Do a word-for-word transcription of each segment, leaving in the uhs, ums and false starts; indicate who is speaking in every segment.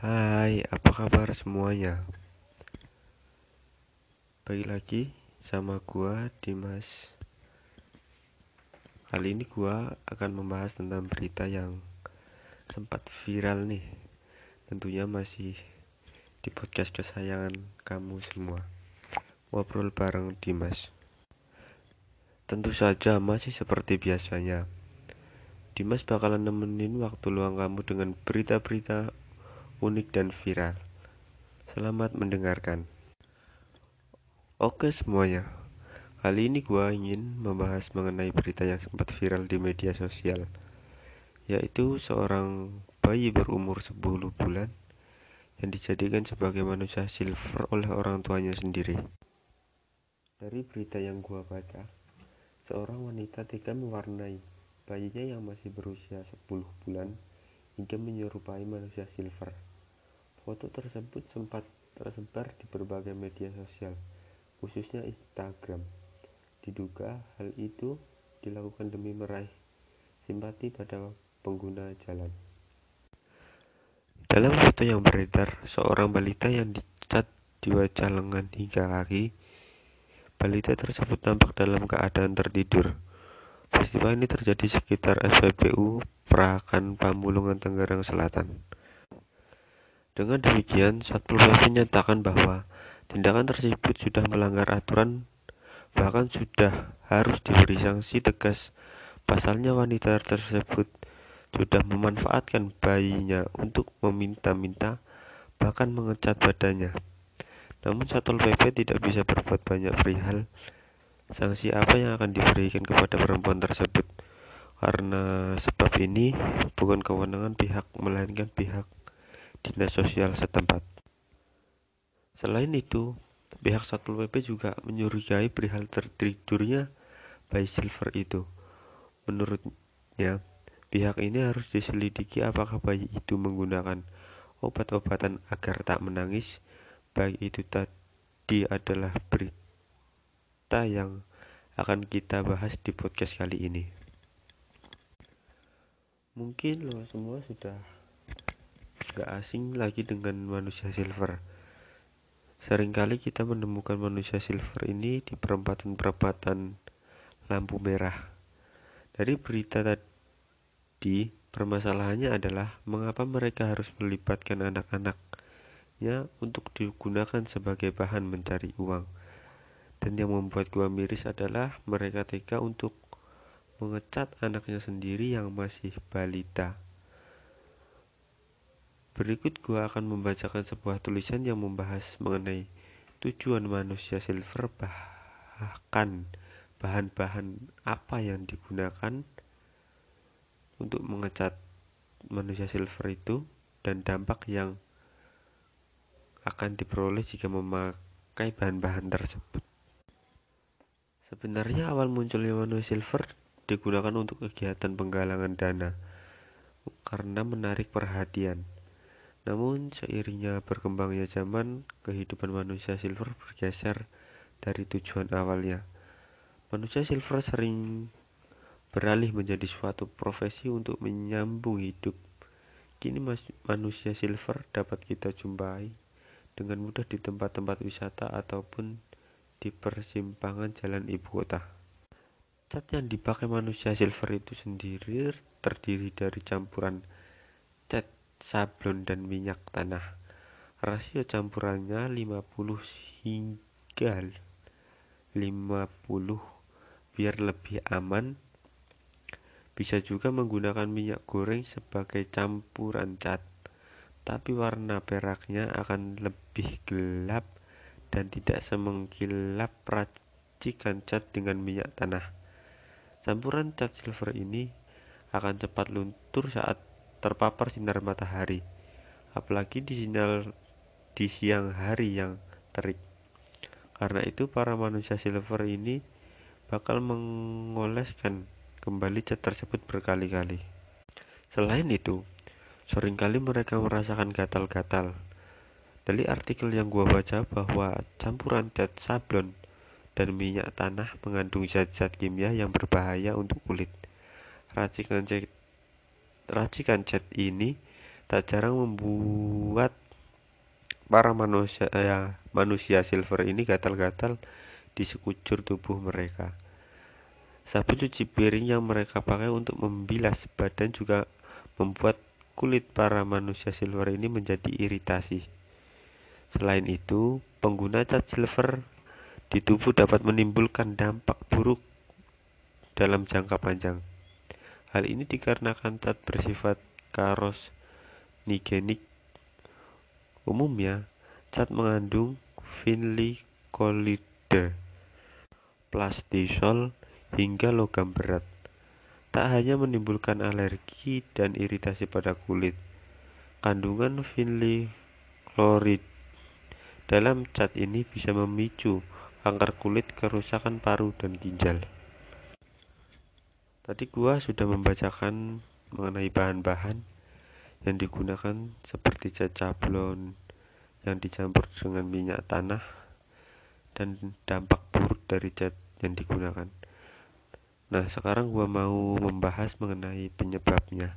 Speaker 1: Hai, apa kabar semuanya? Balik lagi sama gua Dimas. Kali ini gua akan membahas tentang berita yang sempat viral nih. Tentunya masih di podcast kesayangan kamu semua. Ngobrol bareng Dimas. Tentu saja masih seperti biasanya. Dimas bakalan nemenin waktu luang kamu dengan berita-berita unik dan viral. Selamat mendengarkan. Oke semuanya. Kali ini gua ingin membahas mengenai berita yang sempat viral di media sosial, yaitu seorang bayi berumur sepuluh bulan yang dijadikan sebagai manusia silver oleh orang tuanya sendiri. Dari berita yang gua baca, seorang wanita tega mewarnai bayinya yang masih berusia sepuluh bulan hingga menyerupai manusia silver. Foto tersebut sempat tersebar di berbagai media sosial, khususnya Instagram. Diduga hal itu dilakukan demi meraih simpati pada pengguna jalan. Dalam foto yang beredar, seorang balita yang dicat di wajah, lengan hingga kaki. Balita tersebut tampak dalam keadaan tertidur. Peristiwa ini terjadi sekitar S P B U Prakan Pamulungan, Tangerang Selatan. Dengan demikian, Satpol P P menyatakan bahwa tindakan tersebut sudah melanggar aturan, bahkan sudah harus diberi sanksi tegas. Pasalnya wanita tersebut sudah memanfaatkan bayinya untuk meminta-minta, bahkan mengecat badannya. Namun Satpol P P tidak bisa berbuat banyak perihal sanksi apa yang akan diberikan kepada perempuan tersebut, karena sebab ini bukan kewenangan pihak melainkan pihak dinas sosial setempat. Selain itu, pihak Satpol P P juga mencurigai perihal tertidurnya bayi silver itu. Menurutnya, pihak ini harus diselidiki apakah bayi itu menggunakan obat-obatan agar tak menangis. Baik itu tadi adalah berita yang akan kita bahas di podcast kali ini. Mungkin lo semua sudah gak asing lagi dengan manusia silver. Seringkali kita menemukan manusia silver ini di perempatan-perempatan lampu merah. Dari berita tadi, permasalahannya adalah mengapa mereka harus melibatkan anak-anaknya untuk digunakan sebagai bahan mencari uang. Dan yang membuat gua miris adalah mereka tega untuk mengecat anaknya sendiri yang masih balita. Berikut gua akan membacakan sebuah tulisan yang membahas mengenai tujuan manusia silver, bahkan bahan-bahan apa yang digunakan untuk mengecat manusia silver itu, dan dampak yang akan diperoleh jika memakai bahan-bahan tersebut. Sebenarnya awal munculnya manusia silver digunakan untuk kegiatan penggalangan dana karena menarik perhatian. Namun seiringnya berkembangnya zaman, kehidupan manusia silver bergeser dari tujuan awalnya. Manusia silver sering beralih menjadi suatu profesi untuk menyambung hidup. Kini manusia silver dapat kita jumpai dengan mudah di tempat-tempat wisata ataupun di persimpangan jalan ibu kota. Cat yang dipakai manusia silver itu sendiri terdiri dari campuran cat, sablon, dan minyak tanah. Rasio campurannya lima puluh hingga lima puluh biar lebih aman. Bisa juga menggunakan minyak goreng sebagai campuran cat, tapi warna peraknya akan lebih gelap dan tidak semengkilap racikan cat dengan minyak tanah. Campuran cat silver ini akan cepat luntur saat terpapar sinar matahari, apalagi di sinar di siang hari yang terik. Karena itu para manusia silver ini bakal mengoleskan kembali cat tersebut berkali-kali. Selain itu, seringkali mereka merasakan gatal-gatal. Dari artikel yang gua baca bahwa campuran cat, sablon, dan minyak tanah mengandung zat-zat kimia yang berbahaya untuk kulit. Racikan cat, racikan cat ini tak jarang membuat para manusia ya, manusia silver ini gatal-gatal di sekujur tubuh mereka. Sabun cuci piring yang mereka pakai untuk membilas badan juga membuat kulit para manusia silver ini menjadi iritasi. Selain itu, pengguna cat silver di tubuh dapat menimbulkan dampak buruk dalam jangka panjang. Hal ini dikarenakan cat bersifat karosinogenik. Umumnya, cat mengandung vinylchloride, plastisol, hingga logam berat. Tak hanya menimbulkan alergi dan iritasi pada kulit, kandungan vinylchloride dalam cat ini bisa memicu kanker kulit, kerusakan paru, dan ginjal. Tadi gua sudah membacakan mengenai bahan-bahan yang digunakan seperti cat sablon yang dicampur dengan minyak tanah dan dampak buruk dari cat yang digunakan. Nah, sekarang gua mau membahas mengenai penyebabnya.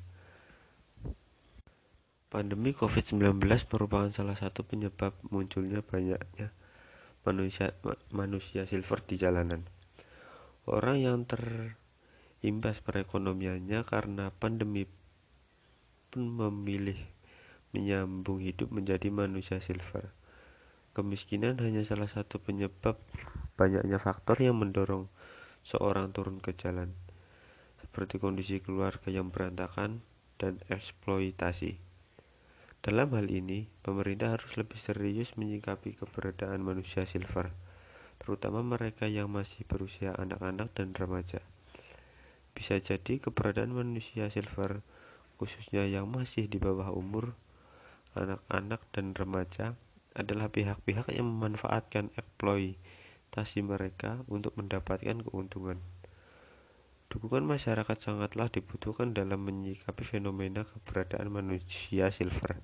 Speaker 1: Pandemi covid sembilan belas merupakan salah satu penyebab munculnya banyaknya manusia manusia silver di jalanan. Orang yang terimbas perekonomiannya karena pandemi pun memilih menyambung hidup menjadi manusia silver. Kemiskinan hanya salah satu penyebab banyaknya faktor yang mendorong seorang turun ke jalan, seperti kondisi keluarga yang berantakan dan eksploitasi. Dalam hal ini, pemerintah harus lebih serius menyikapi keberadaan manusia silver, terutama mereka yang masih berusia anak-anak dan remaja. Bisa jadi keberadaan manusia silver, khususnya yang masih di bawah umur, anak-anak dan remaja, adalah pihak-pihak yang memanfaatkan eksploitasi mereka untuk mendapatkan keuntungan. Dukungan masyarakat sangatlah dibutuhkan dalam menyikapi fenomena keberadaan manusia silver.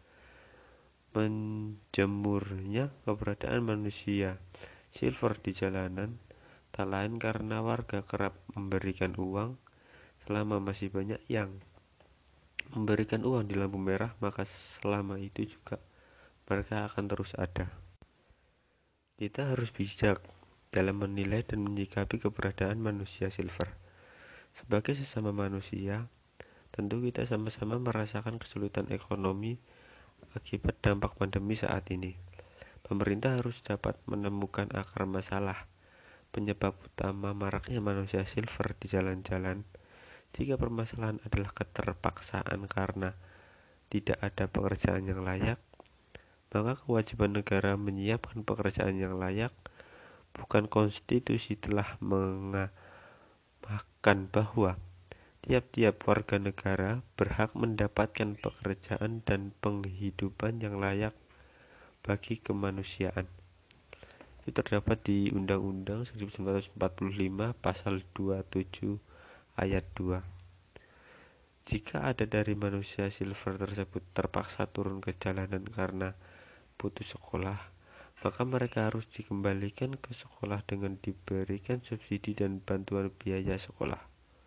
Speaker 1: Menjemurnya keberadaan manusia silver di jalanan tak lain karena warga kerap memberikan uang. Selama masih banyak yang memberikan uang di lampu merah, maka selama itu juga mereka akan terus ada. Kita harus bijak dalam menilai dan menyikapi keberadaan manusia silver. Sebagai sesama manusia, tentu kita sama-sama merasakan kesulitan ekonomi akibat dampak pandemi saat ini. Pemerintah harus dapat menemukan akar masalah, penyebab utama maraknya manusia silver di jalan-jalan. Jika permasalahan adalah keterpaksaan karena tidak ada pekerjaan yang layak, maka kewajiban negara menyiapkan pekerjaan yang layak. Bukan konstitusi telah mengatakan bahwa tiap-tiap warga negara berhak mendapatkan pekerjaan dan penghidupan yang layak bagi kemanusiaan. Itu terdapat di Undang-Undang seribu sembilan ratus empat puluh lima Pasal dua puluh tujuh Ayat dua. Jika ada dari manusia silver tersebut terpaksa turun ke jalanan karena putus sekolah, maka mereka harus dikembalikan ke sekolah dengan diberikan subsidi dan bantuan biaya sekolah.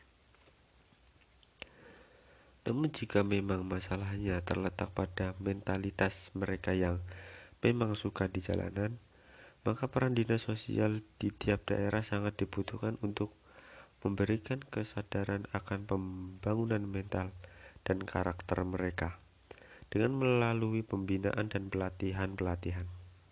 Speaker 1: Namun jika memang masalahnya terletak pada mentalitas mereka yang memang suka di jalanan, maka peran dinas sosial di tiap daerah sangat dibutuhkan untuk memberikan kesadaran akan pembangunan mental dan karakter mereka dengan melalui pembinaan dan pelatihan-pelatihan.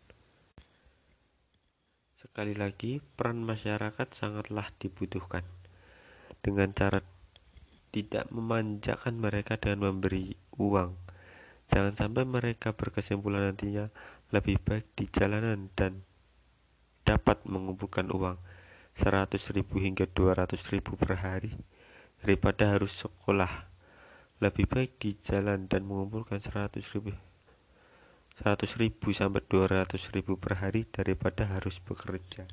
Speaker 1: Sekali lagi, peran masyarakat sangatlah dibutuhkan dengan cara tidak memanjakan mereka dengan memberi uang. Jangan sampai mereka berkesimpulan nantinya lebih baik di jalanan dan dapat mengumpulkan uang seratus ribu hingga dua ratus ribu per hari daripada harus sekolah. Lebih baik di jalan dan mengumpulkan seratus ribu seratus ribu sampai dua ratus ribu per hari daripada harus bekerja.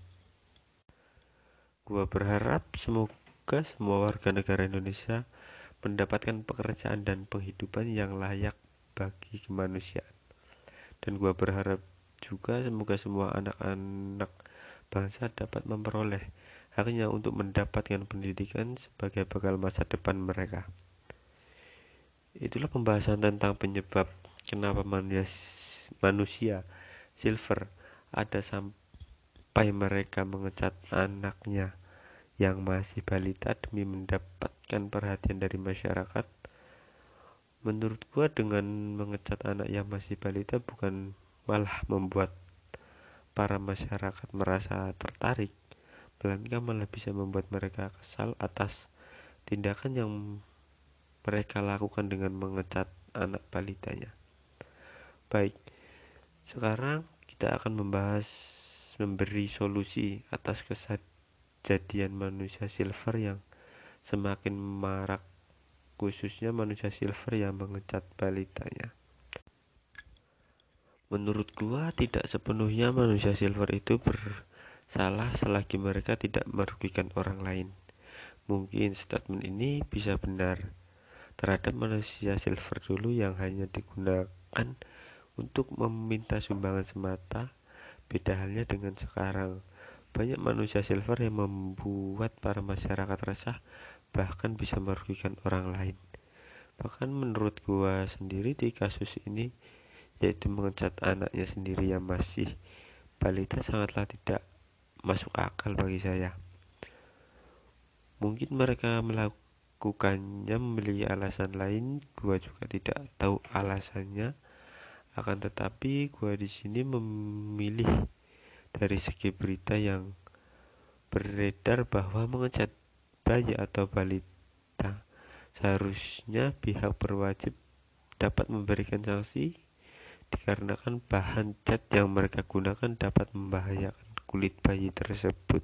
Speaker 1: Gua berharap semoga semua warga negara Indonesia mendapatkan pekerjaan dan penghidupan yang layak bagi kemanusiaan. Dan gua berharap juga semoga semua anak-anak bangsa dapat memperoleh haknya untuk mendapatkan pendidikan sebagai bekal masa depan mereka. Itulah pembahasan tentang penyebab kenapa manusia silver ada sampai mereka mengecat anaknya yang masih balita demi mendapatkan perhatian dari masyarakat. Menurut gua dengan mengecat anak yang masih balita bukan malah membuat para masyarakat merasa tertarik, melainkan malah bisa membuat mereka kesal atas tindakan yang mereka lakukan dengan mengecat anak balitanya. Baik, sekarang kita akan membahas memberi solusi atas kejadian manusia silver yang semakin marak, khususnya manusia silver yang mengecat balitanya. Menurut gua tidak sepenuhnya manusia silver itu bersalah selagi mereka tidak merugikan orang lain. Mungkin statement ini bisa benar terhadap manusia silver dulu yang hanya digunakan untuk meminta sumbangan semata. Beda halnya dengan sekarang, banyak manusia silver yang membuat para masyarakat resah, bahkan bisa merugikan orang lain. Bahkan menurut gua sendiri di kasus ini, yaitu mengecat anaknya sendiri yang masih balita, sangatlah tidak masuk akal bagi saya. Mungkin mereka melakukannya memiliki alasan lain, gua juga tidak tahu alasannya. Akan tetapi gua di sini memilih dari segi berita yang beredar bahwa mengecat bayi atau balita seharusnya pihak berwajib dapat memberikan sanksi dikarenakan bahan cat yang mereka gunakan dapat membahayakan kulit bayi tersebut.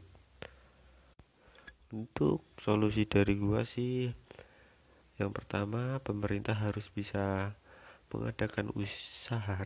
Speaker 1: Untuk solusi dari gua sih, yang pertama, pemerintah harus bisa mengadakan usaha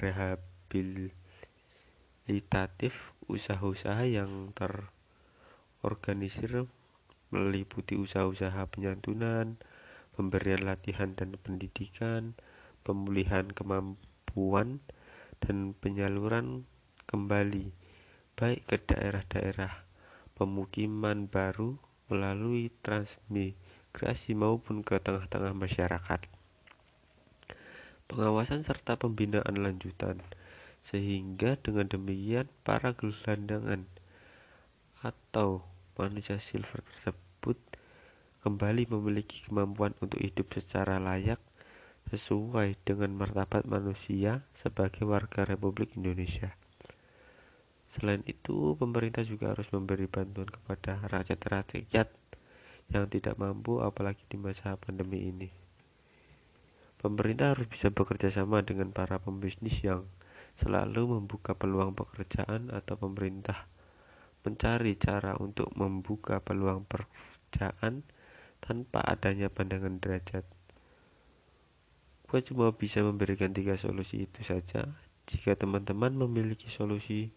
Speaker 1: rehabilitatif, usaha-usaha yang terorganisir meliputi usaha-usaha penyantunan, pemberian latihan dan pendidikan, pemulihan kemampuan, dan penyaluran kembali baik ke daerah-daerah pemukiman baru melalui transmigrasi maupun ke tengah-tengah masyarakat. Pengawasan serta pembinaan lanjutan, sehingga dengan demikian para gelandangan atau manusia silver tersebut kembali memiliki kemampuan untuk hidup secara layak sesuai dengan martabat manusia sebagai warga Republik Indonesia. Selain itu, pemerintah juga harus memberi bantuan kepada rakyat-rakyat yang tidak mampu, apalagi di masa pandemi ini. Pemerintah harus bisa bekerja sama dengan para pembisnis yang selalu membuka peluang pekerjaan, atau pemerintah mencari cara untuk membuka peluang pekerjaan tanpa adanya pandangan derajat. Gue cuma bisa memberikan tiga solusi itu saja. Jika teman-teman memiliki solusi,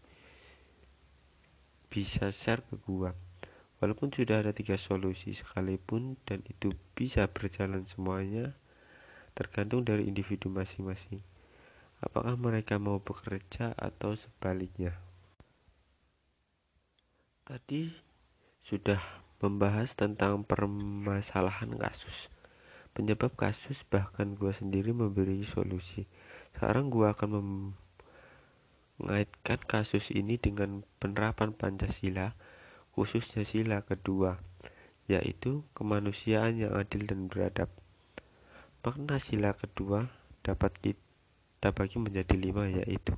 Speaker 1: bisa share ke gua. Walaupun sudah ada tiga solusi sekalipun, dan itu bisa berjalan semuanya, tergantung dari individu masing-masing. Apakah mereka mau bekerja atau sebaliknya. Tadi sudah membahas tentang permasalahan kasus, penyebab kasus, bahkan gua sendiri memberi solusi. Sekarang gua akan mem- mengaitkan kasus ini dengan penerapan Pancasila, khususnya sila kedua, yaitu kemanusiaan yang adil dan beradab. Makna sila kedua dapat kita bagi menjadi lima, yaitu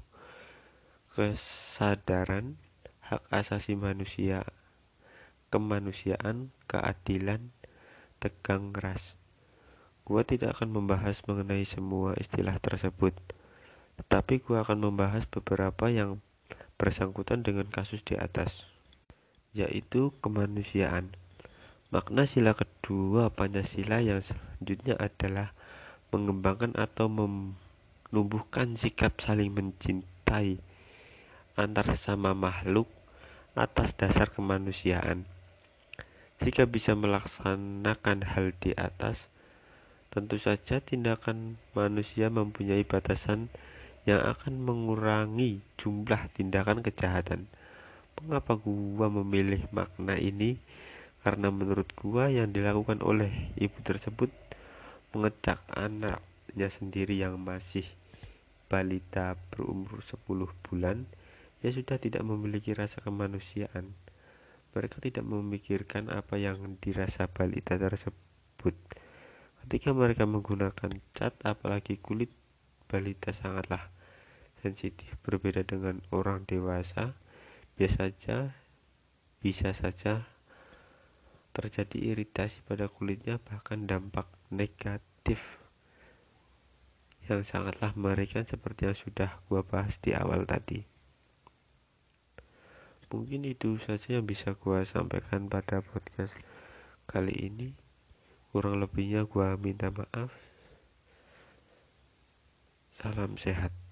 Speaker 1: kesadaran, hak asasi manusia, kemanusiaan, keadilan, tegang ras. Gua tidak akan membahas mengenai semua istilah tersebut, tetapi gua akan membahas beberapa yang bersangkutan dengan kasus di atas, yaitu kemanusiaan. Makna sila kedua Pancasila yang selanjutnya adalah mengembangkan atau menumbuhkan sikap saling mencintai antar sesama makhluk atas dasar kemanusiaan. Jika bisa melaksanakan hal di atas, tentu saja tindakan manusia mempunyai batasan yang akan mengurangi jumlah tindakan kejahatan. Mengapa gua memilih makna ini? Karena menurut gua yang dilakukan oleh ibu tersebut, mengecak anak balitanya sendiri yang masih balita berumur sepuluh bulan, ya sudah tidak memiliki rasa kemanusiaan. Mereka tidak memikirkan apa yang dirasa balita tersebut. Ketika mereka menggunakan cat, apalagi kulit balita sangatlah sensitif. Berbeda dengan orang dewasa, biasa saja, bisa saja terjadi iritasi pada kulitnya, bahkan dampak negatif yang sangatlah mengerikan seperti yang sudah gua bahas di awal tadi. Mungkin itu saja yang bisa gua sampaikan pada podcast kali ini. Kurang lebihnya gua minta maaf. Salam sehat.